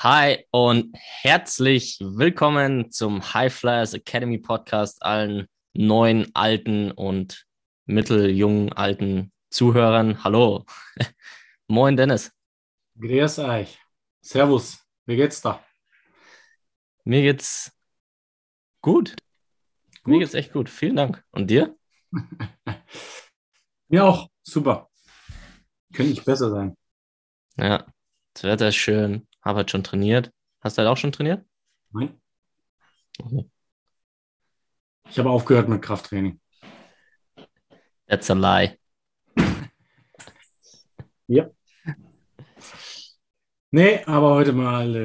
Hi und herzlich willkommen zum High Flyers Academy Podcast allen neuen, alten und mitteljungen, alten Zuhörern. Hallo. Moin Dennis. Grüß euch. Servus. Wie geht's da? Mir geht's gut. Mir geht's Gut? echt gut. Vielen Dank. Und dir? Mir auch. Super. Könnte nicht besser sein. Ja, das Wetter ist schön. Habe halt schon trainiert. Hast du halt auch schon trainiert? Nein. Mhm. Ich habe aufgehört mit Krafttraining. That's a lie. Ja. Nee, aber heute mal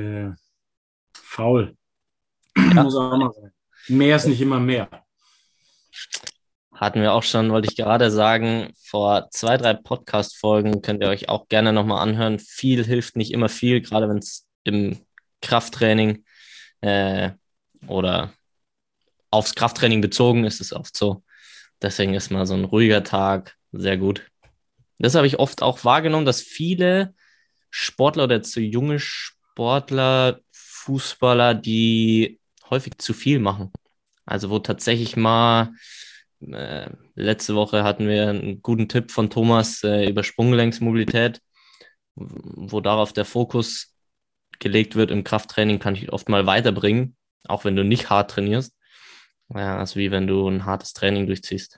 faul. Ja, Muss auch mal sein. Mehr ist nicht immer mehr. hatten wir auch schon, wollte ich gerade sagen, vor 2, 3 Podcast-Folgen könnt ihr euch auch gerne nochmal anhören. Viel hilft nicht immer viel, gerade wenn es im Krafttraining äh, oder aufs Krafttraining bezogen ist, ist oft so. Deswegen ist mal so ein ruhiger Tag sehr gut. Das habe ich oft auch wahrgenommen, dass viele Sportler oder zu junge Sportler, Fußballer, die häufig zu viel machen. Also wo tatsächlich mal letzte Woche hatten wir einen guten Tipp von Thomas über Sprunggelenksmobilität, wo darauf der Fokus gelegt wird im Krafttraining, kann ich oft mal weiterbringen, auch wenn du nicht hart trainierst. Ja, also wie wenn du ein hartes Training durchziehst.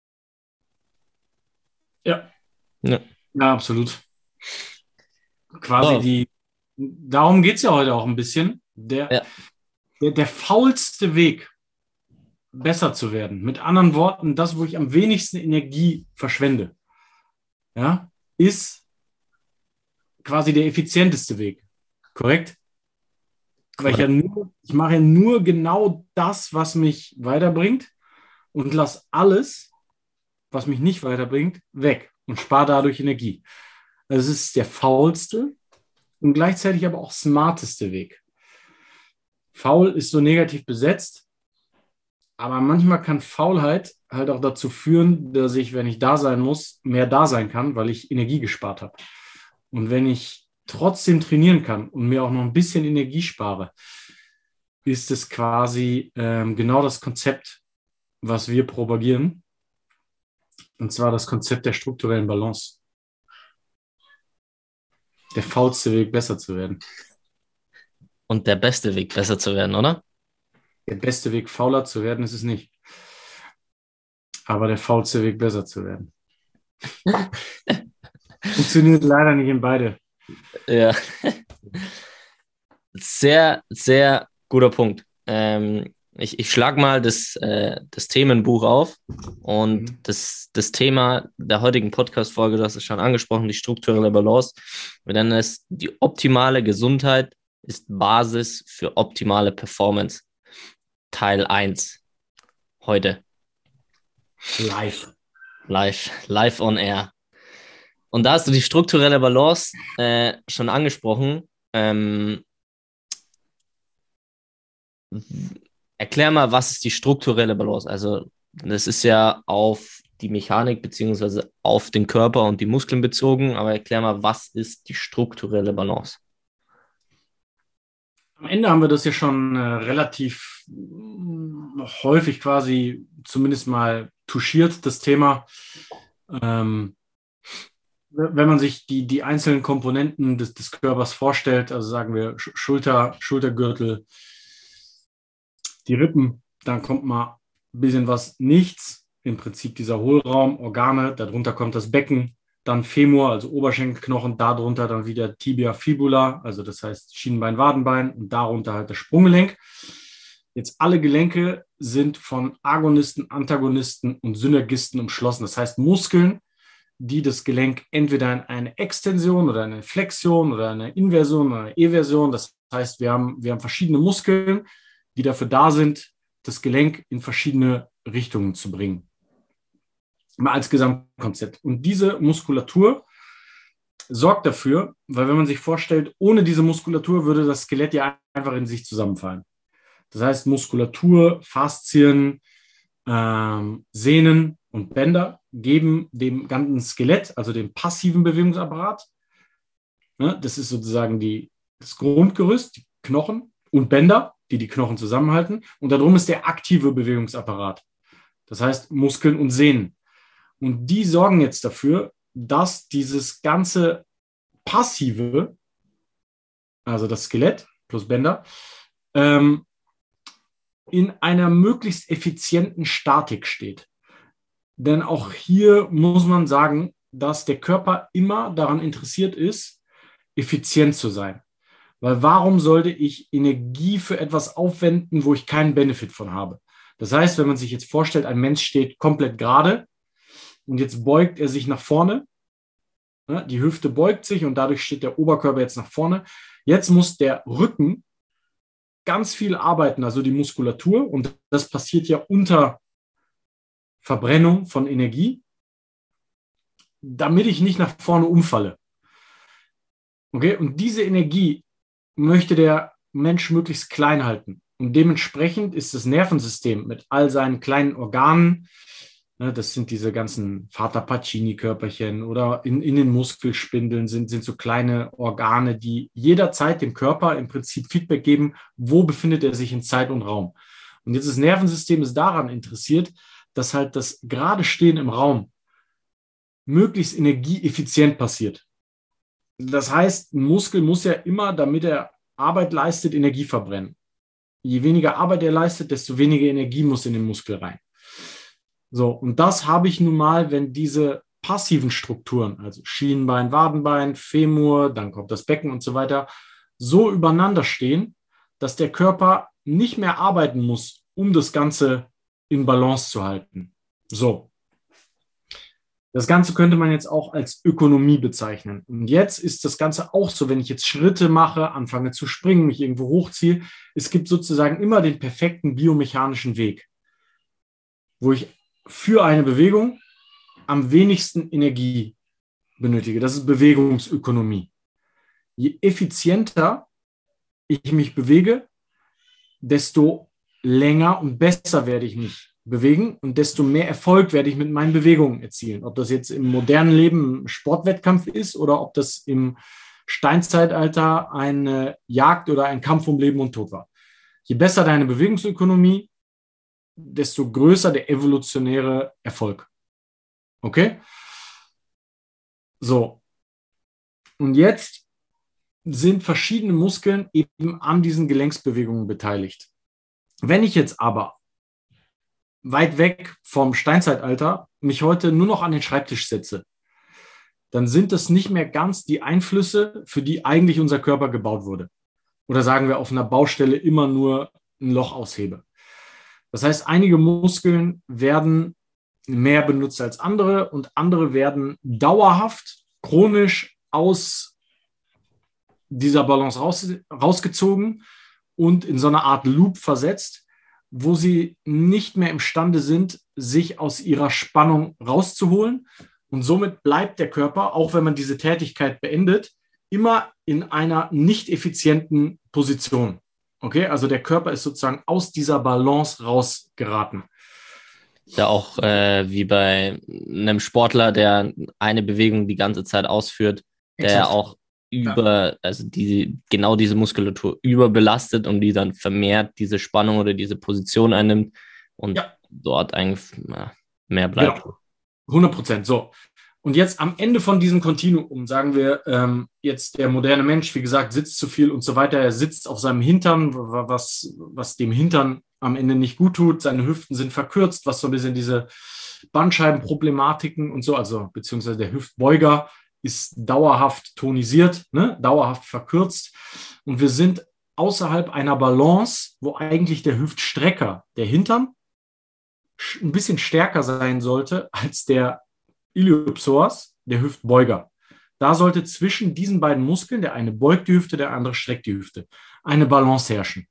Ja, Ja. ja, absolut. Quasi So, die, darum geht es ja heute auch ein bisschen. ja, Der faulste Weg, besser zu werden. Mit anderen Worten, das, wo ich am wenigsten Energie verschwende, ja, ist quasi der effizienteste Weg. Korrekt? Weil korrekt. ich mache ja nur genau das, was mich weiterbringt und lasse alles, was mich nicht weiterbringt, weg und spare dadurch Energie. Also es ist der faulste und gleichzeitig aber auch smarteste Weg. Faul ist so negativ besetzt, aber manchmal kann Faulheit halt auch dazu führen, dass ich, wenn ich da sein muss, mehr da sein kann, weil ich Energie gespart habe. Und wenn ich trotzdem trainieren kann und mir auch noch ein bisschen Energie spare, ist es quasi genau das Konzept, was wir propagieren, und zwar das Konzept der strukturellen Balance. Der faulste Weg, besser zu werden. Und der beste Weg, besser zu werden, oder? Der beste Weg, fauler zu werden, ist es nicht. Aber der faulste Weg, besser zu werden. Funktioniert leider nicht in beide. Ja, sehr, sehr guter Punkt. Ich schlage mal das Themenbuch auf und Mhm. das Thema der heutigen Podcast-Folge, du hast es schon angesprochen, die strukturelle Balance. Wir nennen es die optimale Gesundheit ist Basis für optimale Performance. Teil eins heute Live. live on air. Und da hast du die strukturelle Balance schon angesprochen. Erklär mal, was ist die strukturelle Balance? Also, das ist ja auf die Mechanik beziehungsweise auf den Körper und die Muskeln bezogen, aber erklär mal, was ist die strukturelle Balance? Am Ende haben wir das ja schon relativ häufig quasi zumindest mal touchiert, das Thema. Ähm, Wenn man sich die einzelnen Komponenten des Körpers vorstellt, also sagen wir Schultergürtel, die Rippen, dann kommt mal ein bisschen was nichts, im Prinzip dieser Hohlraum, Organe, darunter kommt das Becken, dann Femur, also Oberschenkelknochen, darunter dann wieder Tibia, Fibula, also das heißt Schienbein, Wadenbein und darunter halt das Sprunggelenk. Jetzt alle Gelenke sind von Agonisten, Antagonisten und Synergisten umschlossen. Das heißt Muskeln, die das Gelenk entweder in eine Extension oder eine Flexion oder eine Inversion oder eine Eversion. Das heißt, wir haben verschiedene Muskeln, die dafür da sind, das Gelenk in verschiedene Richtungen zu bringen. Mal als Gesamtkonzept. Und diese Muskulatur sorgt dafür, weil wenn man sich vorstellt, ohne diese Muskulatur würde das Skelett ja einfach in sich zusammenfallen. Das heißt, Muskulatur, Faszien, Sehnen und Bänder geben dem ganzen Skelett, also dem passiven Bewegungsapparat, ne, das ist sozusagen das Grundgerüst, die Knochen und Bänder, die die Knochen zusammenhalten. Und darum ist der aktive Bewegungsapparat. Das heißt Muskeln und Sehnen. Und die sorgen jetzt dafür, dass dieses ganze passive, also das Skelett plus Bänder, in einer möglichst effizienten Statik steht. Denn auch hier muss man sagen, dass der Körper immer daran interessiert ist, effizient zu sein. Weil warum sollte ich Energie für etwas aufwenden, wo ich keinen Benefit von habe? Das heißt, wenn man sich jetzt vorstellt, ein Mensch steht komplett gerade und jetzt beugt er sich nach vorne, die Hüfte beugt sich und dadurch steht der Oberkörper jetzt nach vorne. Jetzt muss der Rücken ganz viel arbeiten, also die Muskulatur, und das passiert ja unter Verbrennung von Energie, damit ich nicht nach vorne umfalle. Okay, und diese Energie möchte der Mensch möglichst klein halten. Und dementsprechend ist das Nervensystem mit all seinen kleinen Organen, das sind diese ganzen Vater-Pacini-Körperchen oder in den Muskelspindeln sind so kleine Organe, die jederzeit dem Körper im Prinzip Feedback geben, wo befindet er sich in Zeit und Raum. Und jetzt das Nervensystem ist daran interessiert, dass halt das gerade Stehen im Raum möglichst energieeffizient passiert. Das heißt, ein Muskel muss ja immer, damit er Arbeit leistet, Energie verbrennen. Je weniger Arbeit er leistet, desto weniger Energie muss in den Muskel rein. So, und das habe ich nun mal, wenn diese passiven Strukturen, also Schienbein, Wadenbein, Femur, dann kommt das Becken und so weiter, so übereinander stehen, dass der Körper nicht mehr arbeiten muss, um das Ganze in Balance zu halten. So. Das Ganze könnte man jetzt auch als Ökonomie bezeichnen. Und jetzt ist das Ganze auch so, wenn ich jetzt Schritte mache, anfange zu springen, mich irgendwo hochziehe, es gibt sozusagen immer den perfekten biomechanischen Weg, wo ich für eine Bewegung am wenigsten Energie benötige. Das ist Bewegungsökonomie. Je effizienter ich mich bewege, desto länger und besser werde ich mich bewegen und desto mehr Erfolg werde ich mit meinen Bewegungen erzielen. Ob das jetzt im modernen Leben ein Sportwettkampf ist oder ob das im Steinzeitalter eine Jagd oder ein Kampf um Leben und Tod war. Je besser deine Bewegungsökonomie, desto größer der evolutionäre Erfolg. Okay? So. Und jetzt sind verschiedene Muskeln eben an diesen Gelenksbewegungen beteiligt. Wenn ich jetzt aber weit weg vom Steinzeitalter mich heute nur noch an den Schreibtisch setze, dann sind das nicht mehr ganz die Einflüsse, für die eigentlich unser Körper gebaut wurde. Oder sagen wir auf einer Baustelle immer nur ein Loch aushebe. Das heißt, einige Muskeln werden mehr benutzt als andere und andere werden dauerhaft, chronisch aus dieser Balance rausgezogen und in so eine Art Loop versetzt, wo sie nicht mehr imstande sind, sich aus ihrer Spannung rauszuholen. Und somit bleibt der Körper, auch wenn man diese Tätigkeit beendet, immer in einer nicht effizienten Position. Okay, also der Körper ist sozusagen aus dieser Balance rausgeraten. Ja, auch wie bei einem Sportler, der eine Bewegung die ganze Zeit ausführt, der Exakt. auch also genau diese Muskulatur überbelastet und die dann vermehrt diese Spannung oder diese Position einnimmt und dort eigentlich mehr bleibt. Genau. 100%. So. Und jetzt am Ende von diesem Kontinuum, sagen wir, jetzt der moderne Mensch, wie gesagt, sitzt zu viel und so weiter. Er sitzt auf seinem Hintern, was dem Hintern am Ende nicht gut tut. Seine Hüften sind verkürzt, was so ein bisschen diese Bandscheibenproblematiken und so, also beziehungsweise der Hüftbeuger ist dauerhaft tonisiert, ne? Dauerhaft verkürzt. Und wir sind außerhalb einer Balance, wo eigentlich der Hüftstrecker, der Hintern, ein bisschen stärker sein sollte als der Iliopsoas, der Hüftbeuger. Da sollte zwischen diesen beiden Muskeln, der eine beugt die Hüfte, der andere streckt die Hüfte, eine Balance herrschen.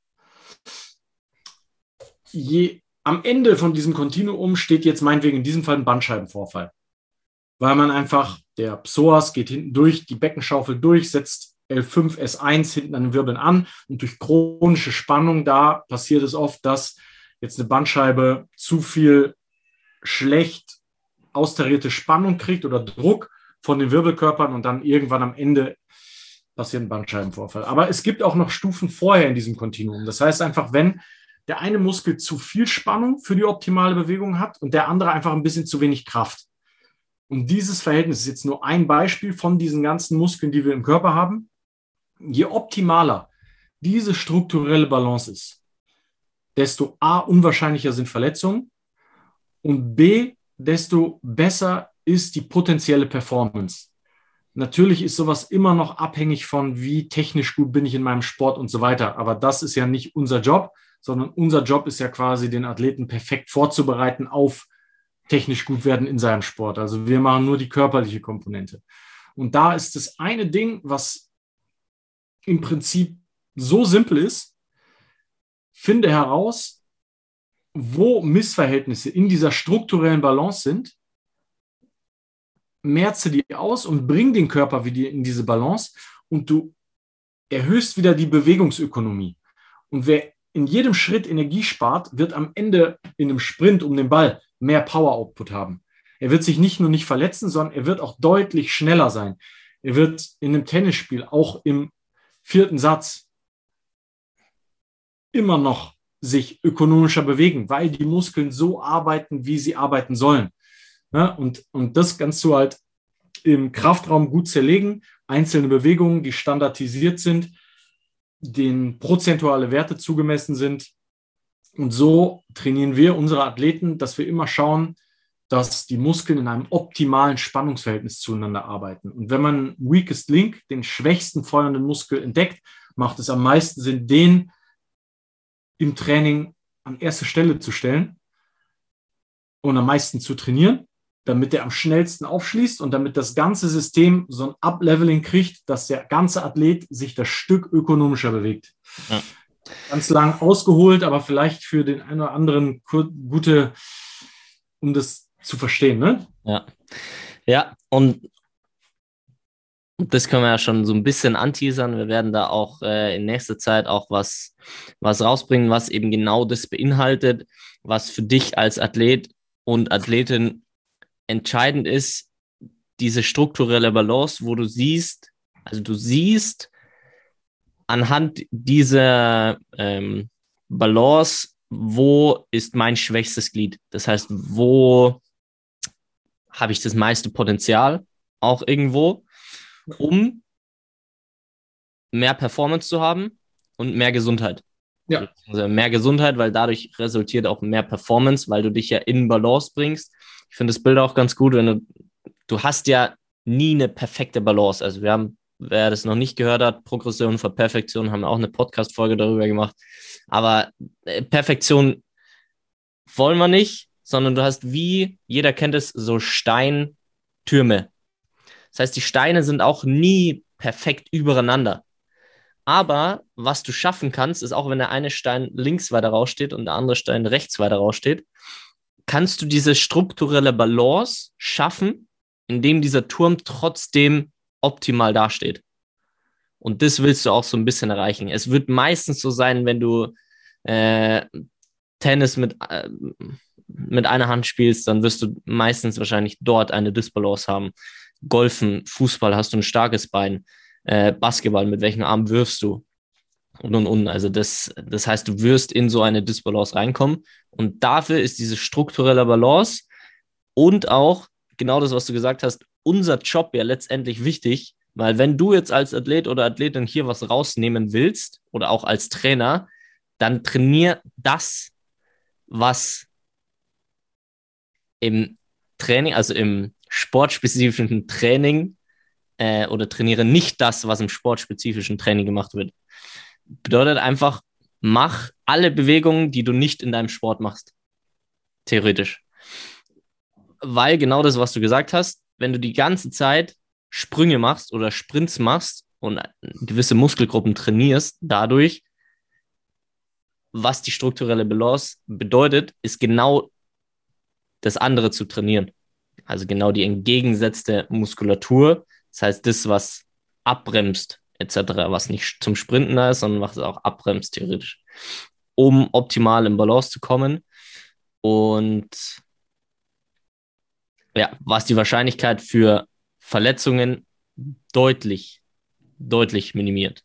Am Ende von diesem Kontinuum steht jetzt meinetwegen in diesem Fall ein Bandscheibenvorfall. Weil man einfach, der Psoas geht hinten durch, die Beckenschaufel durch, setzt L5, S1 hinten an den Wirbeln an und durch chronische Spannung, da passiert es oft, dass jetzt eine Bandscheibe zu viel schlecht austarierte Spannung kriegt oder Druck von den Wirbelkörpern und dann irgendwann am Ende passiert ein Bandscheibenvorfall. Aber es gibt auch noch Stufen vorher in diesem Kontinuum. Das heißt einfach, wenn der eine Muskel zu viel Spannung für die optimale Bewegung hat und der andere einfach ein bisschen zu wenig Kraft. Und dieses Verhältnis ist jetzt nur ein Beispiel von diesen ganzen Muskeln, die wir im Körper haben. Je optimaler diese strukturelle Balance ist, desto A, unwahrscheinlicher sind Verletzungen und B, desto besser ist die potenzielle Performance. Natürlich ist sowas immer noch abhängig von, wie technisch gut bin ich in meinem Sport und so weiter. Aber das ist ja nicht unser Job, sondern unser Job ist ja quasi, den Athleten perfekt vorzubereiten auf technisch gut werden in seinem Sport. Also wir machen nur die körperliche Komponente. Und da ist das eine Ding, was im Prinzip so simpel ist: finde heraus, wo Missverhältnisse in dieser strukturellen Balance sind, merze die aus und bring den Körper wieder in diese Balance und du erhöhst wieder die Bewegungsökonomie. Und wer in jedem Schritt Energie spart, wird am Ende in einem Sprint um den Ball mehr Power-Output haben. Er wird sich nicht nur nicht verletzen, sondern er wird auch deutlich schneller sein. Er wird in einem Tennisspiel auch im 4. Satz immer noch sich ökonomischer bewegen, weil die Muskeln so arbeiten, wie sie arbeiten sollen. Ja, und das kannst du halt im Kraftraum gut zerlegen. Einzelne Bewegungen, die standardisiert sind, denen prozentuale Werte zugemessen sind. Und so trainieren wir unsere Athleten, dass wir immer schauen, dass die Muskeln in einem optimalen Spannungsverhältnis zueinander arbeiten. Und wenn man Weakest Link, den schwächsten feuernden Muskel, entdeckt, macht es am meisten Sinn, den im Training an erste Stelle zu stellen und am meisten zu trainieren, damit der am schnellsten aufschließt und damit das ganze System so ein Up-Leveling kriegt, dass der ganze Athlet sich das Stück ökonomischer bewegt. Ja. Ganz lang ausgeholt, aber vielleicht für den einen oder anderen gute, um das zu verstehen, ne? Ja, und das können wir ja schon so ein bisschen anteasern. Wir werden da auch in nächster Zeit auch was rausbringen, was eben genau das beinhaltet, was für dich als Athlet und Athletin entscheidend ist, diese strukturelle Balance, wo du siehst anhand dieser Balance, wo ist mein schwächstes Glied? Das heißt, wo habe ich das meiste Potenzial auch irgendwo, um mehr Performance zu haben und mehr Gesundheit. Ja. Also mehr Gesundheit, weil dadurch resultiert auch mehr Performance, weil du dich ja in Balance bringst. Ich finde das Bild auch ganz gut, wenn du hast ja nie eine perfekte Balance. Also wir haben, wer das noch nicht gehört hat, Progression vor Perfektion, haben auch eine Podcast-Folge darüber gemacht. Aber Perfektion wollen wir nicht, sondern du hast, wie jeder kennt es, so Steintürme. Das heißt, die Steine sind auch nie perfekt übereinander. Aber was du schaffen kannst, ist auch, wenn der eine Stein links weiter raussteht und der andere Stein rechts weiter raussteht, kannst du diese strukturelle Balance schaffen, indem dieser Turm trotzdem optimal dasteht. Und das willst du auch so ein bisschen erreichen. Es wird meistens so sein, wenn du Tennis mit einer Hand spielst, dann wirst du meistens wahrscheinlich dort eine Dysbalance haben. Golfen, Fußball, hast du ein starkes Bein. Basketball, mit welchem Arm wirfst du? Und. Also das heißt, du wirst in so eine Dysbalance reinkommen. Und dafür ist diese strukturelle Balance und auch genau das, was du gesagt hast, unser Job ja letztendlich wichtig, weil wenn du jetzt als Athlet oder Athletin hier was rausnehmen willst oder auch als Trainer, dann trainier das, was im Training, also im sportspezifischen Training oder trainiere nicht das, was im sportspezifischen Training gemacht wird. Bedeutet einfach, mach alle Bewegungen, die du nicht in deinem Sport machst. Theoretisch. Weil genau das, was du gesagt hast, wenn du die ganze Zeit Sprünge machst oder Sprints machst und gewisse Muskelgruppen trainierst, dadurch, was die strukturelle Balance bedeutet, ist genau das andere zu trainieren. Also genau die entgegengesetzte Muskulatur. Das heißt, das, was abbremst, etc., was nicht zum Sprinten da ist, sondern was auch abbremst, theoretisch, um optimal in Balance zu kommen. Und ja, was die Wahrscheinlichkeit für Verletzungen deutlich deutlich minimiert.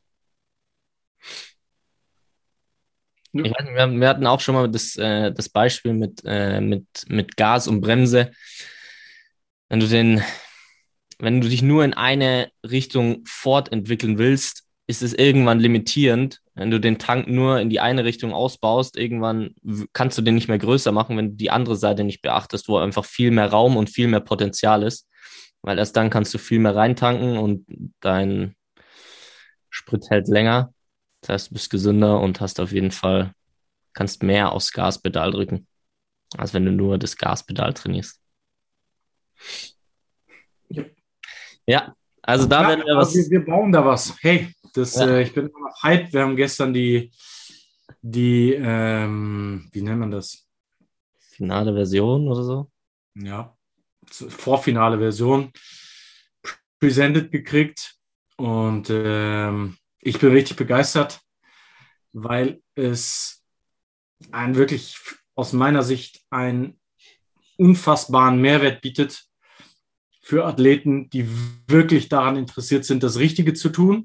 Ja. Ich weiß nicht, wir hatten auch schon mal das Beispiel mit Gas und Bremse. Wenn du den, wenn du dich nur in eine Richtung fortentwickeln willst, ist es irgendwann limitierend. Wenn du den Tank nur in die eine Richtung ausbaust, irgendwann kannst du den nicht mehr größer machen, wenn du die andere Seite nicht beachtest, wo einfach viel mehr Raum und viel mehr Potenzial ist. Weil erst dann kannst du viel mehr reintanken und dein Sprit hält länger. Das heißt, du bist gesünder und hast auf jeden Fall, kannst mehr aufs Gaspedal drücken, als wenn du nur das Gaspedal trainierst. Ja. Ja, also da Ja, werden wir aber was. wir bauen da was. Hey, Ja, ich bin immer noch hyped. Wir haben gestern wie nennt man das? finale Version oder so. Ja, vorfinale Version presented gekriegt. Und ich bin richtig begeistert, weil es wirklich aus meiner Sicht einen unfassbaren Mehrwert bietet für Athleten, die wirklich daran interessiert sind, das Richtige zu tun.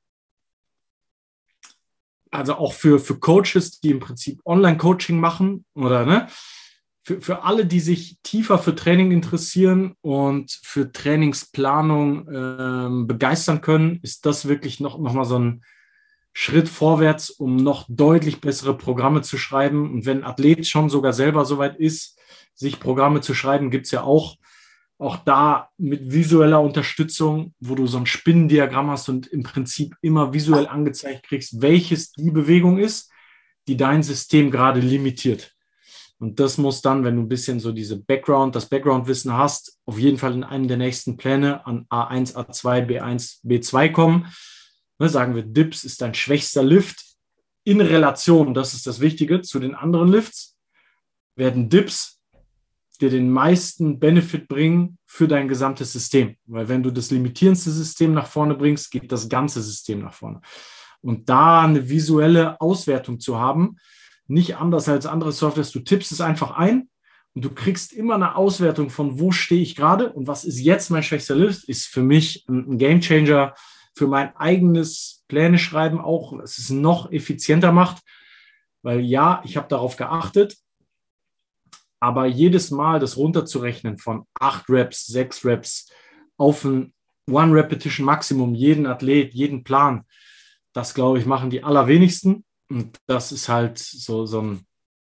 Also auch für Coaches, die im Prinzip Online-Coaching machen oder ne, für alle, die sich tiefer für Training interessieren und für Trainingsplanung begeistern können, ist das wirklich noch mal so ein Schritt vorwärts, um noch deutlich bessere Programme zu schreiben. Und wenn ein Athlet schon sogar selber soweit ist, sich Programme zu schreiben, gibt es ja auch da mit visueller Unterstützung, wo du so ein Spinnendiagramm hast und im Prinzip immer visuell angezeigt kriegst, welches die Bewegung ist, die dein System gerade limitiert. Und das muss dann, wenn du ein bisschen so das Background-Wissen hast, auf jeden Fall in einem der nächsten Pläne an A1, A2, B1, B2 kommen. Ne, sagen wir, Dips ist dein schwächster Lift in Relation, das ist das Wichtige, zu den anderen Lifts, werden Dips dir den meisten Benefit bringen für dein gesamtes System. Weil wenn du das limitierendste System nach vorne bringst, geht das ganze System nach vorne. Und da eine visuelle Auswertung zu haben, nicht anders als andere Softwares, du tippst es einfach ein und du kriegst immer eine Auswertung von, wo stehe ich gerade und was ist jetzt mein schwächster Lift, ist für mich ein Gamechanger für mein eigenes Pläne schreiben auch, dass es noch effizienter macht, weil ja, ich habe darauf geachtet, aber jedes Mal das runterzurechnen von 8 Reps, 6 Reps auf ein One-Repetition-Maximum, jeden Athlet, jeden Plan, das, glaube ich, machen die allerwenigsten. Und das ist halt so ein,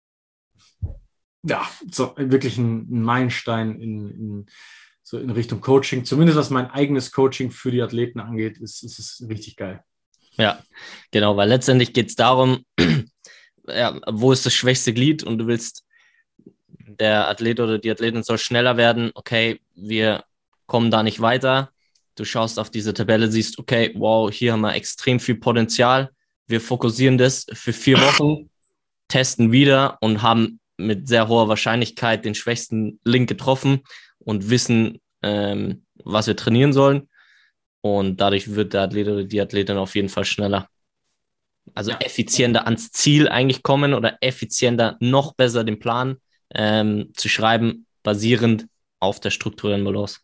ja, so wirklich ein Meilenstein so in Richtung Coaching. Zumindest was mein eigenes Coaching für die Athleten angeht, ist es richtig geil. Ja, genau, weil letztendlich geht es darum, ja, wo ist das schwächste Glied und du willst, der Athlet oder die Athletin soll schneller werden, okay, wir kommen da nicht weiter. Du schaust auf diese Tabelle, siehst, okay, wow, hier haben wir extrem viel Potenzial. Wir fokussieren das für 4 Wochen, testen wieder und haben mit sehr hoher Wahrscheinlichkeit den schwächsten Link getroffen und wissen, was wir trainieren sollen. Und dadurch wird der Athlet oder die Athletin auf jeden Fall schneller. Also Ja. effizienter ans Ziel eigentlich kommen oder effizienter noch besser den Plan zu schreiben, basierend auf der strukturellen Balance.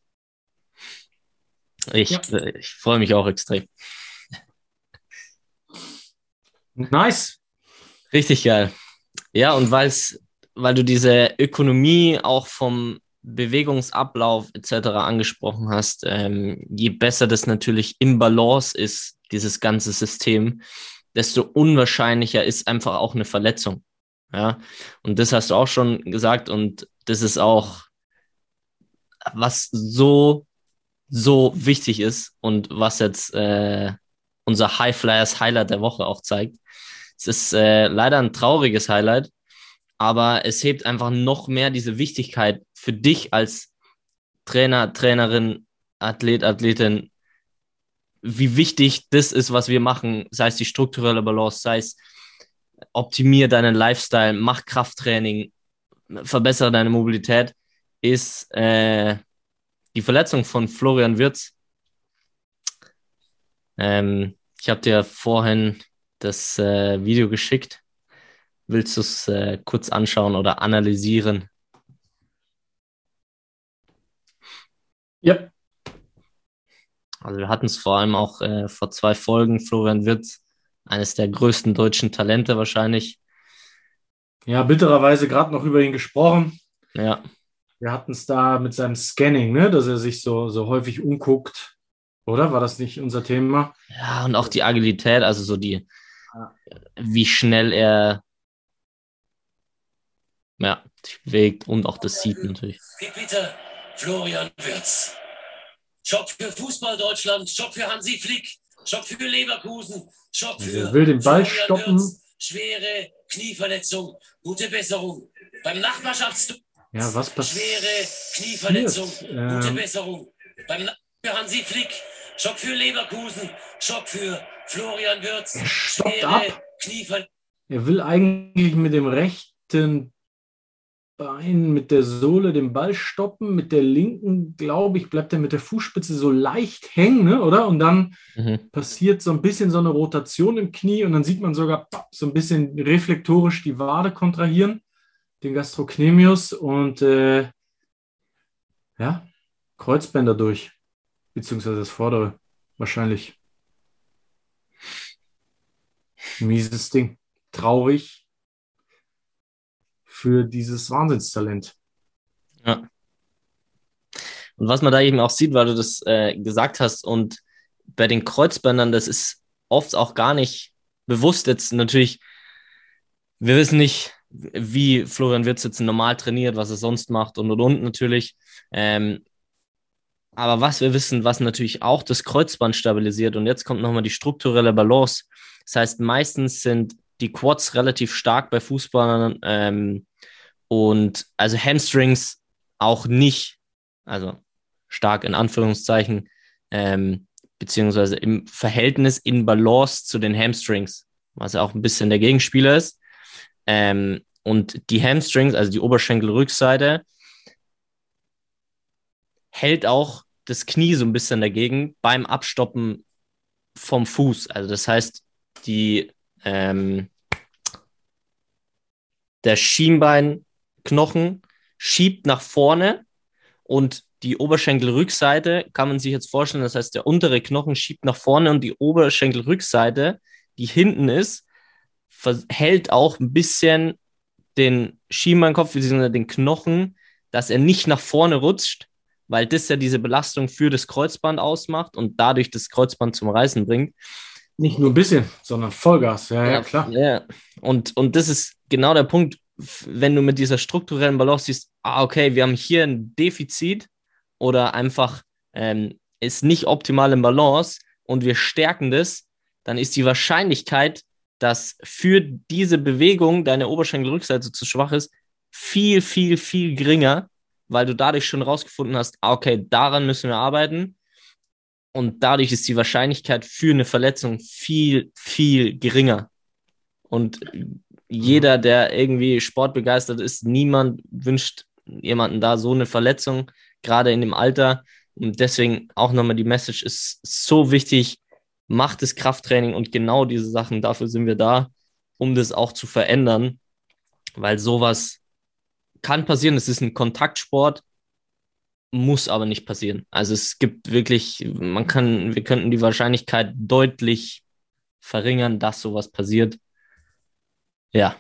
Ja. Ich freue mich auch extrem. Nice. Richtig geil. Ja, und weil du diese Ökonomie auch vom Bewegungsablauf etc. angesprochen hast, je besser das natürlich im Balance ist, dieses ganze System, desto unwahrscheinlicher ist einfach auch eine Verletzung. Ja, und das hast du auch schon gesagt und das ist auch, was so wichtig ist und was jetzt unser High Flyers Highlight der Woche auch zeigt. Es ist leider ein trauriges Highlight, aber es hebt einfach noch mehr diese Wichtigkeit für dich als Trainer, Trainerin, Athlet, Athletin, wie wichtig das ist, was wir machen, sei es die strukturelle Balance, sei es optimier deinen Lifestyle, mach Krafttraining, verbessere deine Mobilität, ist die Verletzung von Florian Wirtz. Ich habe dir vorhin das Video geschickt. Willst du es kurz anschauen oder analysieren? Ja. Also wir hatten es vor allem auch vor 2 Folgen, Florian Wirtz, eines der größten deutschen Talente wahrscheinlich. Ja, bittererweise gerade noch über ihn gesprochen. Ja, Wir hatten es da mit seinem Scanning, ne, dass er sich so häufig umguckt. Oder? War das nicht unser Thema? ja, und auch die Agilität, also so wie schnell er sich bewegt und auch das sieht natürlich. Wie bitte Florian Wirtz. Schock für Fußball Deutschland, Schock für Hansi Flick, Schock für Leverkusen, Schock für Er will den Ball Florian stoppen. Wirtz. Schwere Knieverletzung, gute Besserung. Beim Nachbarschaftsduell. Ja, was Schwere Knieverletzung, gute passiert? Besserung. Für Hansi Flick, Schock für Leverkusen, Schock für Florian Wirtz. Er stoppt Schwere ab. Knieverletzung. Er will eigentlich mit dem rechten Bein, mit der Sohle den Ball stoppen. Mit der linken, glaube ich, bleibt er mit der Fußspitze so leicht hängen, ne? Oder? Und dann passiert so ein bisschen so eine Rotation im Knie und dann sieht man sogar so ein bisschen reflektorisch die Wade kontrahieren, den Gastrocnemius und ja, Kreuzbänder durch, beziehungsweise das vordere wahrscheinlich. Mieses Ding. Traurig für dieses Wahnsinnstalent. Ja. Und was man da eben auch sieht, weil du das gesagt hast, und bei den Kreuzbändern, das ist oft auch gar nicht bewusst jetzt natürlich, wir wissen nicht, wie Florian Wirtz jetzt normal trainiert, was er sonst macht und natürlich. Aber was wir wissen, was natürlich auch das Kreuzband stabilisiert, und jetzt kommt nochmal die strukturelle Balance. Das heißt, meistens sind die Quads relativ stark bei Fußballern und also Hamstrings auch nicht, also stark in Anführungszeichen, beziehungsweise im Verhältnis in Balance zu den Hamstrings, was ja auch ein bisschen der Gegenspieler ist. Und die Hamstrings, also die Oberschenkelrückseite, hält auch das Knie so ein bisschen dagegen beim Abstoppen vom Fuß. Also das heißt, der Schienbeinknochen schiebt nach vorne und die Oberschenkelrückseite kann man sich jetzt vorstellen, das heißt, der untere Knochen schiebt nach vorne und die Oberschenkelrückseite, die hinten ist, hält auch ein bisschen den Schienbeinkopf bzw. den Knochen, dass er nicht nach vorne rutscht, weil das ja diese Belastung für das Kreuzband ausmacht und dadurch das Kreuzband zum Reißen bringt. Nicht nur ein bisschen, sondern Vollgas. Ja, klar. Ja. Und das ist genau der Punkt, wenn du mit dieser strukturellen Balance siehst, okay, wir haben hier ein Defizit oder einfach ist nicht optimal im Balance und wir stärken das, dann ist die Wahrscheinlichkeit, dass für diese Bewegung deine Oberschenkelrückseite zu schwach ist, viel, viel, viel geringer, weil du dadurch schon rausgefunden hast, okay, daran müssen wir arbeiten. Und dadurch ist die Wahrscheinlichkeit für eine Verletzung viel, viel geringer. Und jeder, der irgendwie sportbegeistert ist, niemand wünscht jemanden da so eine Verletzung, gerade in dem Alter. Und deswegen auch nochmal die Message ist so wichtig, macht das Krafttraining und genau diese Sachen, dafür sind wir da, um das auch zu verändern, weil sowas kann passieren. Es ist ein Kontaktsport, muss aber nicht passieren. Also es gibt wirklich, wir könnten die Wahrscheinlichkeit deutlich verringern, dass sowas passiert. Ja.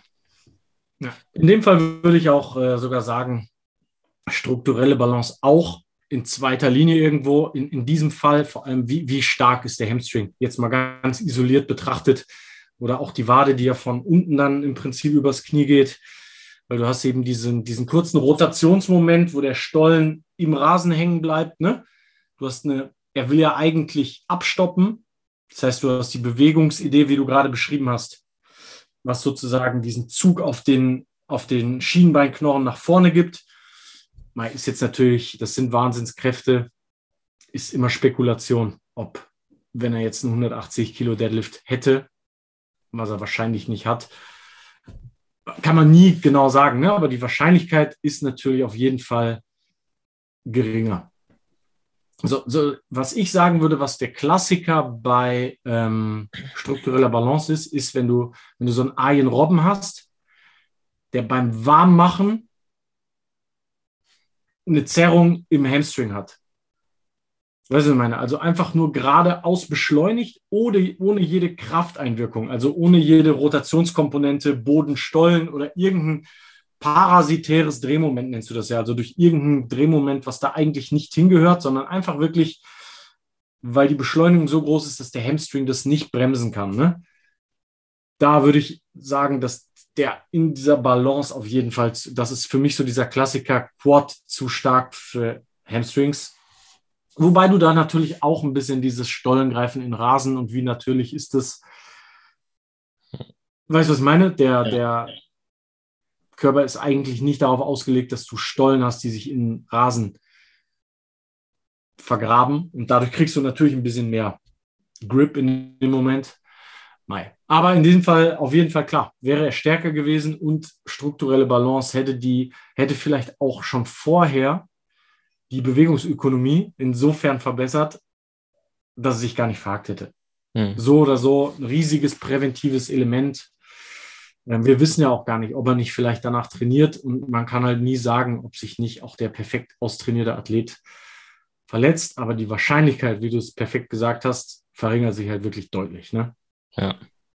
In dem Fall würde ich auch sogar sagen, strukturelle Balance auch in zweiter Linie irgendwo. In diesem Fall vor allem, wie stark ist der Hamstring? Jetzt mal ganz isoliert betrachtet. Oder auch die Wade, die ja von unten dann im Prinzip übers Knie geht. Weil du hast eben diesen kurzen Rotationsmoment, wo der Stollen im Rasen hängen bleibt. Ne? Er will ja eigentlich abstoppen. Das heißt, du hast die Bewegungsidee, wie du gerade beschrieben hast, was sozusagen diesen Zug auf den Schienbeinknochen nach vorne gibt. Ist jetzt natürlich, das sind Wahnsinnskräfte, ist immer Spekulation, ob, wenn er jetzt einen 180 Kilo Deadlift hätte, was er wahrscheinlich nicht hat, kann man nie genau sagen, ne? Aber die Wahrscheinlichkeit ist natürlich auf jeden Fall geringer. So, was ich sagen würde, was der Klassiker bei struktureller Balance ist, wenn du so einen Arjen Robben hast, der beim Warmmachen eine Zerrung im Hamstring hat. Weißt du, was ich meine? Also einfach nur geradeaus beschleunigt, ohne jede Krafteinwirkung, also ohne jede Rotationskomponente, Bodenstollen oder irgendein parasitäres Drehmoment nennst du das ja, also durch irgendein Drehmoment, was da eigentlich nicht hingehört, sondern einfach wirklich, weil die Beschleunigung so groß ist, dass der Hamstring das nicht bremsen kann. Ne? Da würde ich sagen, dass der in dieser Balance auf jeden Fall, das ist für mich so dieser Klassiker, Quad zu stark für Hamstrings. Wobei du da natürlich auch ein bisschen dieses Stollengreifen in Rasen und wie natürlich ist das, weißt du, was ich meine? Der Körper ist eigentlich nicht darauf ausgelegt, dass du Stollen hast, die sich in Rasen vergraben und dadurch kriegst du natürlich ein bisschen mehr Grip in dem Moment. Nein. Aber in diesem Fall auf jeden Fall klar, wäre er stärker gewesen und strukturelle Balance hätte vielleicht auch schon vorher die Bewegungsökonomie insofern verbessert, dass es sich gar nicht verhakt hätte. So oder so ein riesiges präventives Element. Wir wissen ja auch gar nicht, ob er nicht vielleicht danach trainiert und man kann halt nie sagen, ob sich nicht auch der perfekt austrainierte Athlet verletzt, aber die Wahrscheinlichkeit, wie du es perfekt gesagt hast, verringert sich halt wirklich deutlich. Ne? Ja.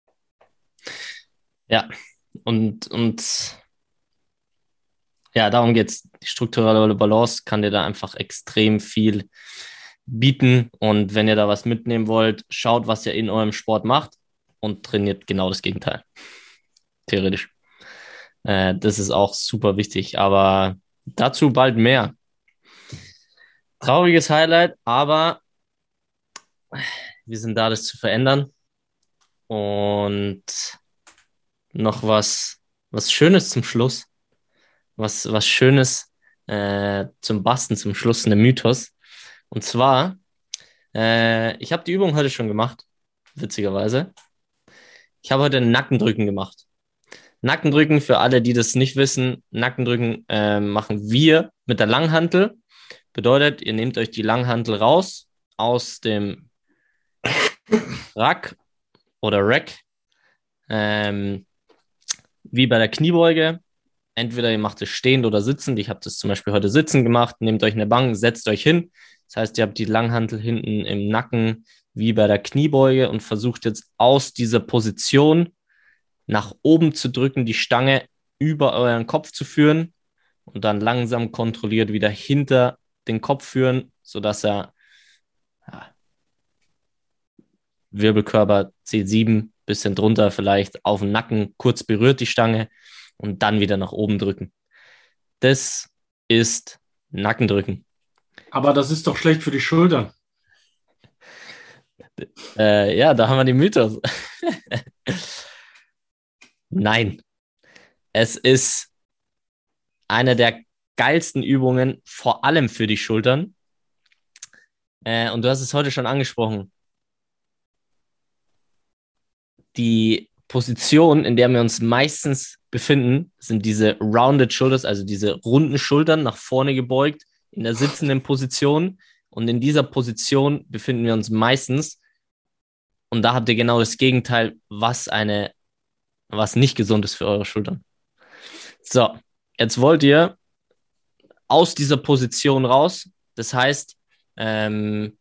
Ja, und ja, darum geht's. Die strukturelle Balance kann dir da einfach extrem viel bieten. Und wenn ihr da was mitnehmen wollt, schaut, was ihr in eurem Sport macht und trainiert genau das Gegenteil. Theoretisch. Das ist auch super wichtig, aber dazu bald mehr. Trauriges Highlight, aber wir sind da, das zu verändern. Und noch was Schönes zum Schluss. Was Schönes zum Basten zum Schluss, eine Mythos. Und zwar, ich habe die Übung heute schon gemacht, witzigerweise. Ich habe heute Nackendrücken gemacht. Nackendrücken, für alle, die das nicht wissen, Nackendrücken machen wir mit der Langhantel. Bedeutet, ihr nehmt euch die Langhantel raus aus dem Rack oder Rack, wie bei der Kniebeuge. Entweder ihr macht es stehend oder sitzend. Ich habe das zum Beispiel heute sitzend gemacht. Nehmt euch eine Bank, setzt euch hin. Das heißt, ihr habt die Langhantel hinten im Nacken wie bei der Kniebeuge und versucht jetzt aus dieser Position nach oben zu drücken, die Stange über euren Kopf zu führen und dann langsam kontrolliert wieder hinter den Kopf führen, sodass er Wirbelkörper C7, bisschen drunter vielleicht, auf den Nacken kurz berührt die Stange und dann wieder nach oben drücken. Das ist Nackendrücken. Aber das ist doch schlecht für die Schultern. Ja, da haben wir die Mythos. Nein, es ist eine der geilsten Übungen, vor allem für die Schultern. Und du hast es heute schon angesprochen. Die Position, in der wir uns meistens befinden, sind diese rounded shoulders, also diese runden Schultern nach vorne gebeugt in der sitzenden Position. Und in dieser Position befinden wir uns meistens. Und da habt ihr genau das Gegenteil, was nicht gesund ist für eure Schultern. So, jetzt wollt ihr aus dieser Position raus. Das heißt, ihr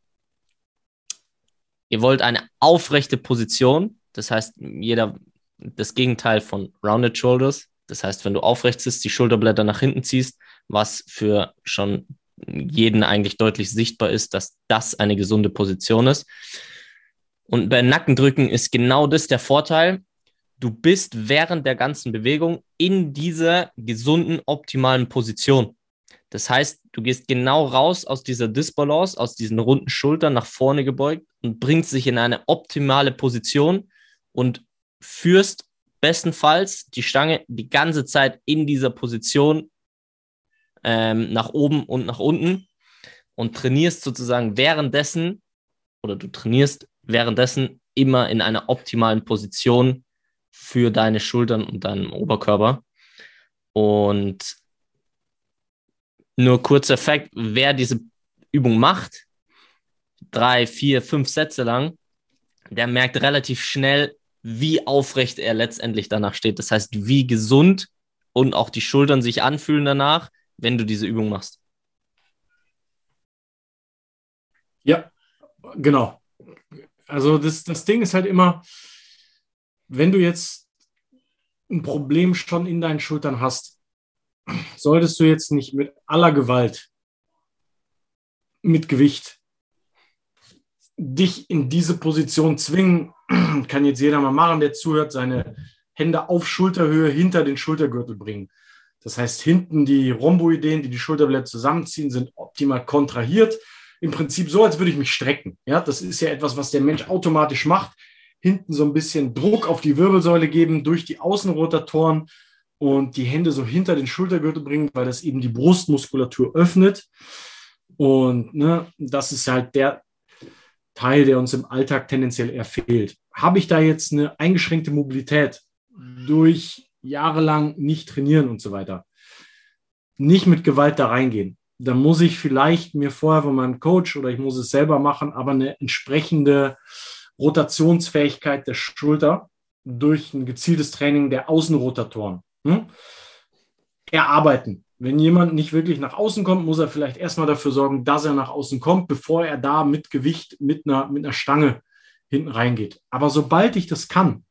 wollt eine aufrechte Position. Das heißt, das Gegenteil von rounded shoulders. Das heißt, wenn du aufrecht sitzt, die Schulterblätter nach hinten ziehst, was für schon jeden eigentlich deutlich sichtbar ist, dass das eine gesunde Position ist. Und bei Nackendrücken ist genau das der Vorteil. Du bist während der ganzen Bewegung in dieser gesunden, optimalen Position. Das heißt, du gehst genau raus aus dieser Disbalance, aus diesen runden Schultern nach vorne gebeugt und bringst dich in eine optimale Position und führst bestenfalls die Stange die ganze Zeit in dieser Position nach oben und nach unten und trainierst sozusagen währenddessen immer in einer optimalen Position für deine Schultern und deinen Oberkörper. Und nur kurzer Fakt, wer diese Übung macht, 3, 4, 5 Sätze lang, der merkt relativ schnell, wie aufrecht er letztendlich danach steht. Das heißt, wie gesund und auch die Schultern sich anfühlen danach, wenn du diese Übung machst. Ja, genau. Also das Ding ist halt immer, wenn du jetzt ein Problem schon in deinen Schultern hast, solltest du jetzt nicht mit aller Gewalt, mit Gewicht, dich in diese Position zwingen. Kann jetzt jeder mal machen, der zuhört, seine Hände auf Schulterhöhe hinter den Schultergürtel bringen. Das heißt, hinten die Rhomboideen, die Schulterblätter zusammenziehen, sind optimal kontrahiert. Im Prinzip so, als würde ich mich strecken. Ja, das ist ja etwas, was der Mensch automatisch macht. Hinten so ein bisschen Druck auf die Wirbelsäule geben durch die Außenrotatoren und die Hände so hinter den Schultergürtel bringen, weil das eben die Brustmuskulatur öffnet. Und das ist halt der Teil, der uns im Alltag tendenziell eher fehlt. Habe ich da jetzt eine eingeschränkte Mobilität durch jahrelang nicht trainieren und so weiter, nicht mit Gewalt da reingehen, dann muss ich vielleicht mir vorher von meinem Coach oder ich muss es selber machen, aber eine entsprechende Rotationsfähigkeit der Schulter durch ein gezieltes Training der Außenrotatoren erarbeiten. Wenn jemand nicht wirklich nach außen kommt, muss er vielleicht erstmal dafür sorgen, dass er nach außen kommt, bevor er da mit Gewicht, mit einer Stange hinten reingeht. Aber sobald ich das kann,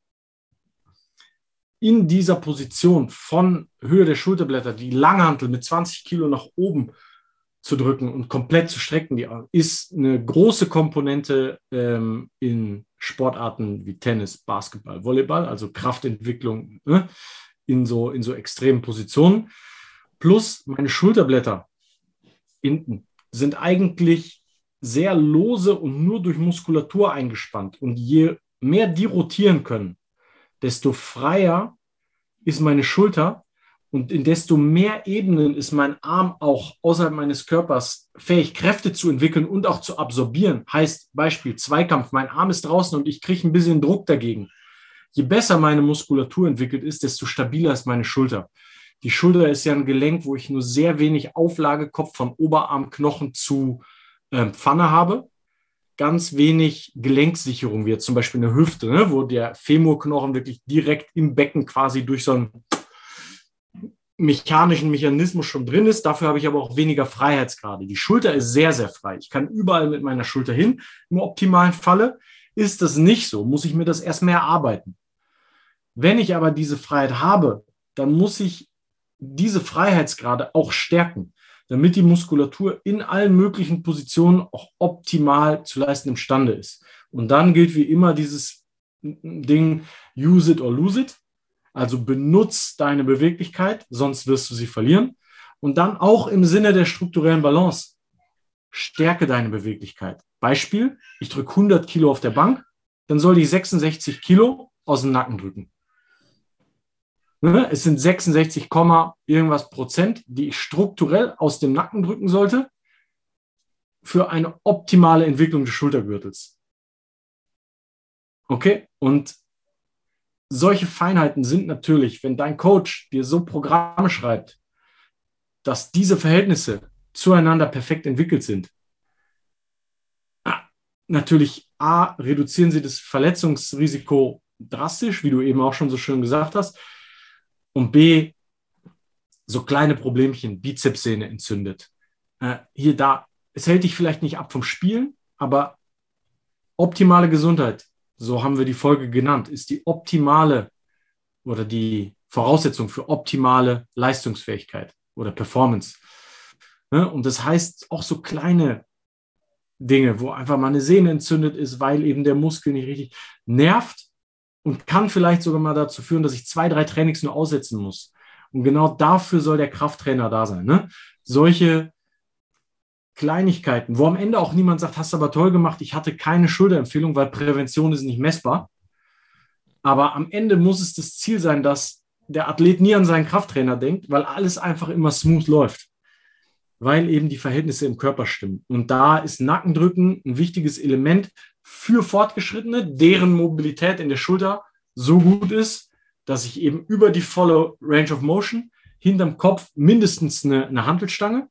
in dieser Position von Höhe der Schulterblätter die Langhantel mit 20 Kilo nach oben zu drücken und komplett zu strecken, ist eine große Komponente in Sportarten wie Tennis, Basketball, Volleyball, also Kraftentwicklung in so extremen Positionen. Plus meine Schulterblätter hinten sind eigentlich sehr lose und nur durch Muskulatur eingespannt. Und je mehr die rotieren können, desto freier ist meine Schulter und in desto mehr Ebenen ist mein Arm auch außerhalb meines Körpers fähig, Kräfte zu entwickeln und auch zu absorbieren. Heißt Beispiel Zweikampf, mein Arm ist draußen und ich kriege ein bisschen Druck dagegen. Je besser meine Muskulatur entwickelt ist, desto stabiler ist meine Schulter. Die Schulter ist ja ein Gelenk, wo ich nur sehr wenig Auflagekopf von Oberarmknochen zu Pfanne habe. Ganz wenig Gelenksicherung, wie jetzt zum Beispiel eine Hüfte, wo der Femurknochen wirklich direkt im Becken quasi durch so einen mechanischen Mechanismus schon drin ist. Dafür habe ich aber auch weniger Freiheitsgrade. Die Schulter ist sehr, sehr frei. Ich kann überall mit meiner Schulter hin. Im optimalen Falle ist das nicht so, muss ich mir das erst mehr erarbeiten. Wenn ich aber diese Freiheit habe, dann muss ich diese Freiheitsgrade auch stärken, damit die Muskulatur in allen möglichen Positionen auch optimal zu leisten imstande ist. Und dann gilt wie immer dieses Ding, use it or lose it. Also benutz deine Beweglichkeit, sonst wirst du sie verlieren. Und dann auch im Sinne der strukturellen Balance, stärke deine Beweglichkeit. Beispiel, ich drücke 100 Kilo auf der Bank, dann soll ich 66 Kilo aus dem Nacken drücken. Es sind 66, irgendwas Prozent, die ich strukturell aus dem Nacken drücken sollte für eine optimale Entwicklung des Schultergürtels. Okay? Und solche Feinheiten sind natürlich, wenn dein Coach dir so Programme schreibt, dass diese Verhältnisse zueinander perfekt entwickelt sind, natürlich reduzieren sie das Verletzungsrisiko drastisch, wie du eben auch schon so schön gesagt hast, und B, so kleine Problemchen, Bizepssehne entzündet. Es hält dich vielleicht nicht ab vom Spielen, aber optimale Gesundheit, so haben wir die Folge genannt, ist die optimale oder die Voraussetzung für optimale Leistungsfähigkeit oder Performance. Und das heißt auch so kleine Dinge, wo einfach mal eine Sehne entzündet ist, weil eben der Muskel nicht richtig nervt und kann vielleicht sogar mal dazu führen, dass ich 2, 3 Trainings nur aussetzen muss. Und genau dafür soll der Krafttrainer da sein. Solche Kleinigkeiten, wo am Ende auch niemand sagt, hast du aber toll gemacht, ich hatte keine Schulterempfehlung, weil Prävention ist nicht messbar. Aber am Ende muss es das Ziel sein, dass der Athlet nie an seinen Krafttrainer denkt, weil alles einfach immer smooth läuft. Weil eben die Verhältnisse im Körper stimmen. Und da ist Nackendrücken ein wichtiges Element für Fortgeschrittene, deren Mobilität in der Schulter so gut ist, dass ich eben über die volle Range of Motion hinterm Kopf mindestens eine Hantelstange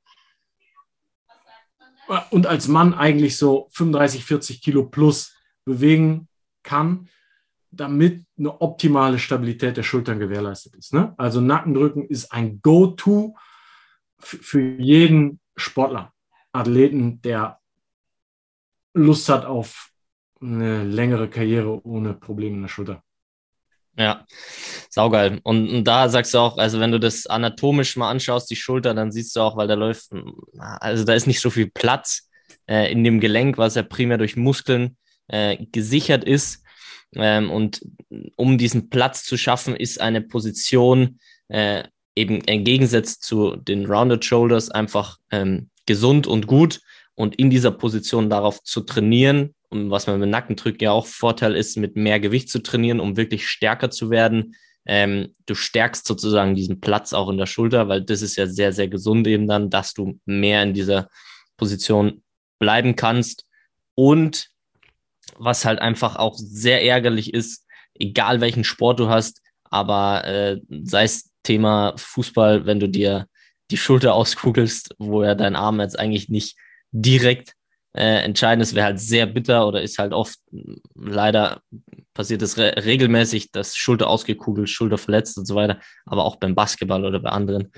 und als Mann eigentlich so 35, 40 Kilo plus bewegen kann, damit eine optimale Stabilität der Schultern gewährleistet ist. Also Nackendrücken ist ein Go-To für jeden Sportler, Athleten, der Lust hat auf eine längere Karriere ohne Probleme in der Schulter. Ja, saugeil. Und da sagst du auch, also wenn du das anatomisch mal anschaust, die Schulter, dann siehst du auch, weil da läuft, also da ist nicht so viel Platz in dem Gelenk, was ja primär durch Muskeln gesichert ist. Und um diesen Platz zu schaffen, ist eine Position eben im Gegensatz zu den Rounded Shoulders einfach gesund und gut. Und in dieser Position darauf zu trainieren, und was man mit Nackendrücken ja auch Vorteil ist, mit mehr Gewicht zu trainieren, um wirklich stärker zu werden. Du stärkst sozusagen diesen Platz auch in der Schulter, weil das ist ja sehr, sehr gesund eben dann, dass du mehr in dieser Position bleiben kannst. Und was halt einfach auch sehr ärgerlich ist, egal welchen Sport du hast, aber sei es Thema Fußball, wenn du dir die Schulter auskugelst, wo ja dein Arm jetzt eigentlich nicht direkt entscheidend ist, wäre halt sehr bitter oder ist halt oft, leider passiert es regelmäßig, dass Schulter ausgekugelt, Schulter verletzt und so weiter, aber auch beim Basketball oder bei anderen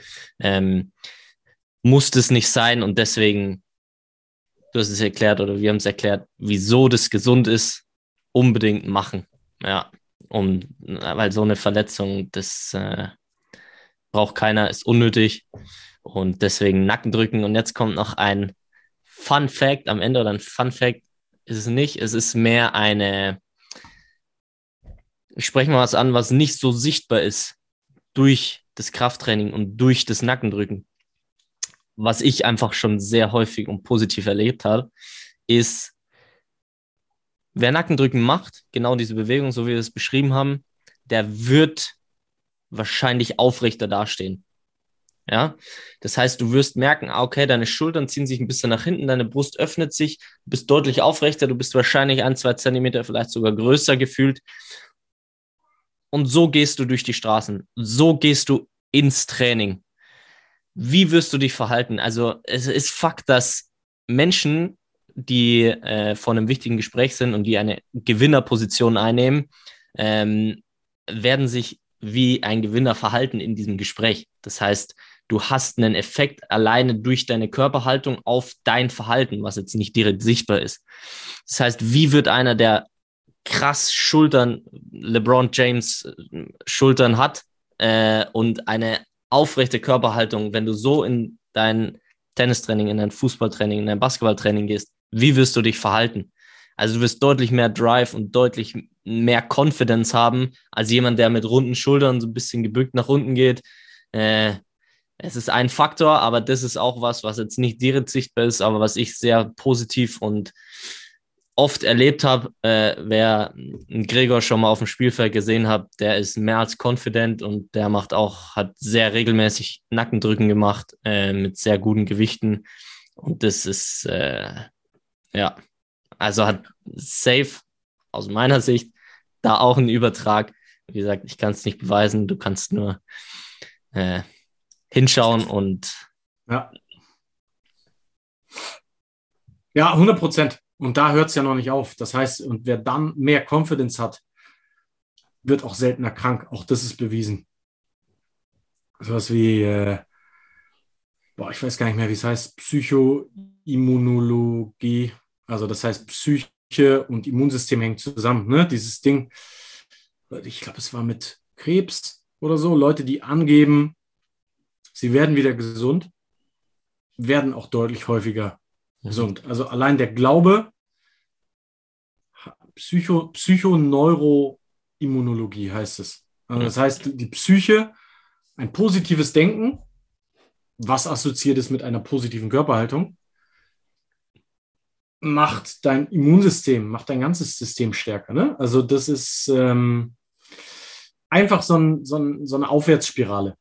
muss das nicht sein und deswegen, du hast es erklärt oder wir haben es erklärt, wieso das gesund ist, unbedingt machen. Ja, weil so eine Verletzung, das braucht keiner, ist unnötig und deswegen Nackendrücken. Und jetzt kommt noch ein Fun Fact am Ende, oder ein Fun Fact ist es nicht, es ist mehr ich spreche mal was an, was nicht so sichtbar ist durch das Krafttraining und durch das Nackendrücken. Was ich einfach schon sehr häufig und positiv erlebt habe, ist, wer Nackendrücken macht, genau diese Bewegung, so wie wir es beschrieben haben, der wird wahrscheinlich aufrechter dastehen. Ja, das heißt, du wirst merken, okay, deine Schultern ziehen sich ein bisschen nach hinten, deine Brust öffnet sich, du bist deutlich aufrechter, du bist wahrscheinlich 1-2 Zentimeter, vielleicht sogar größer gefühlt. Und so gehst du durch die Straßen, so gehst du ins Training. Wie wirst du dich verhalten? Also es ist Fakt, dass Menschen, die vor einem wichtigen Gespräch sind und die eine Gewinnerposition einnehmen, werden sich wie ein Gewinner verhalten in diesem Gespräch. Das heißt, du hast einen Effekt alleine durch deine Körperhaltung auf dein Verhalten, was jetzt nicht direkt sichtbar ist. Das heißt, wie wird einer, der krass Schultern, LeBron James Schultern hat und eine aufrechte Körperhaltung, wenn du so in dein Tennistraining, in dein Fußballtraining, in dein Basketballtraining gehst, wie wirst du dich verhalten? Also du wirst deutlich mehr Drive und deutlich mehr Confidence haben, als jemand, der mit runden Schultern so ein bisschen gebückt nach unten geht. Es ist ein Faktor, aber das ist auch was jetzt nicht direkt sichtbar ist, aber was ich sehr positiv und oft erlebt habe, wer Gregor schon mal auf dem Spielfeld gesehen hat, der ist mehr als confident und der hat sehr regelmäßig Nackendrücken gemacht mit sehr guten Gewichten und das ist ja, also hat safe aus meiner Sicht da auch einen Übertrag. Wie gesagt, ich kann es nicht beweisen, du kannst nur hinschauen und ja, 100%. Und da hört es ja noch nicht auf. Das heißt, und wer dann mehr Confidence hat, wird auch seltener krank. Auch das ist bewiesen. Sowas wie, ich weiß gar nicht mehr, wie es heißt, Psychoimmunologie. Also das heißt, Psyche und Immunsystem hängen zusammen. Ne? Dieses Ding, ich glaube, es war mit Krebs oder so. Leute, die angeben, sie werden wieder gesund, werden auch deutlich häufiger gesund. Also allein der Glaube, Psychoneuroimmunologie heißt es. Also das heißt, die Psyche, ein positives Denken, was assoziiert ist mit einer positiven Körperhaltung, macht dein Immunsystem, macht dein ganzes System stärker. Ne? Also das ist einfach so eine Aufwärtsspirale,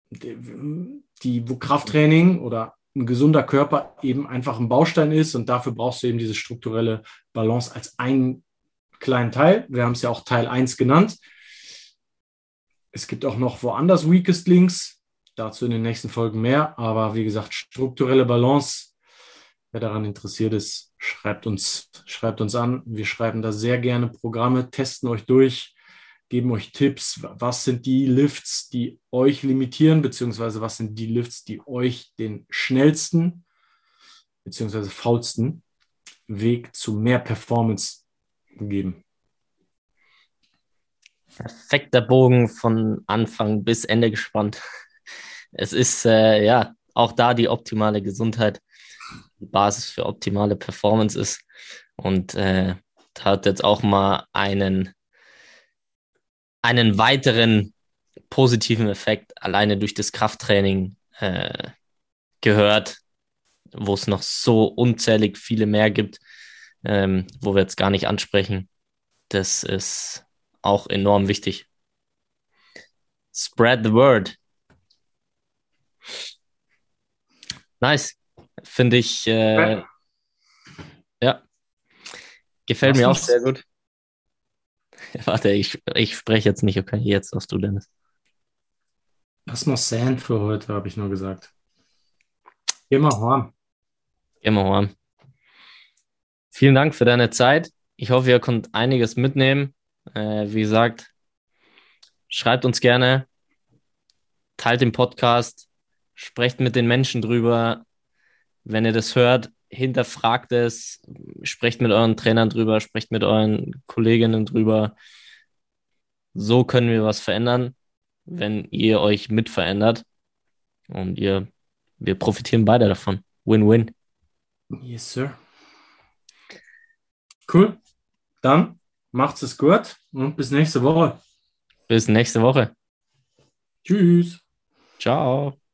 wo Krafttraining oder ein gesunder Körper eben einfach ein Baustein ist und dafür brauchst du eben diese strukturelle Balance als einen kleinen Teil. Wir haben es ja auch Teil 1 genannt. Es gibt auch noch woanders Weakest Links, dazu in den nächsten Folgen mehr, aber wie gesagt, strukturelle Balance, wer daran interessiert ist, schreibt uns an. Wir schreiben da sehr gerne Programme, testen euch durch, geben euch Tipps, was sind die Lifts, die euch limitieren, beziehungsweise was sind die Lifts, die euch den schnellsten, beziehungsweise faulsten Weg zu mehr Performance geben. Perfekter Bogen von Anfang bis Ende gespannt. Es ist auch da die optimale Gesundheit, die Basis für optimale Performance ist. Und hat jetzt auch mal einen weiteren positiven Effekt alleine durch das Krafttraining gehört, wo es noch so unzählig viele mehr gibt, wo wir jetzt gar nicht ansprechen. Das ist auch enorm wichtig. Spread the word. Nice. Finde ich, gefällt mir auch sehr gut. Warte, ich spreche jetzt nicht, okay, jetzt darfst du, Dennis. Lass mal Sand für heute, habe ich nur gesagt. Geh mal heim. Geh mal heim. Vielen Dank für deine Zeit. Ich hoffe, ihr könnt einiges mitnehmen. Wie gesagt, schreibt uns gerne, teilt den Podcast, sprecht mit den Menschen drüber. Wenn ihr das hört, hinterfragt es, sprecht mit euren Trainern drüber, sprecht mit euren Kolleginnen drüber. So können wir was verändern, wenn ihr euch mitverändert. Und wir profitieren beide davon. Win-win. Yes, sir. Cool. Dann macht's es gut und bis nächste Woche. Bis nächste Woche. Tschüss. Ciao.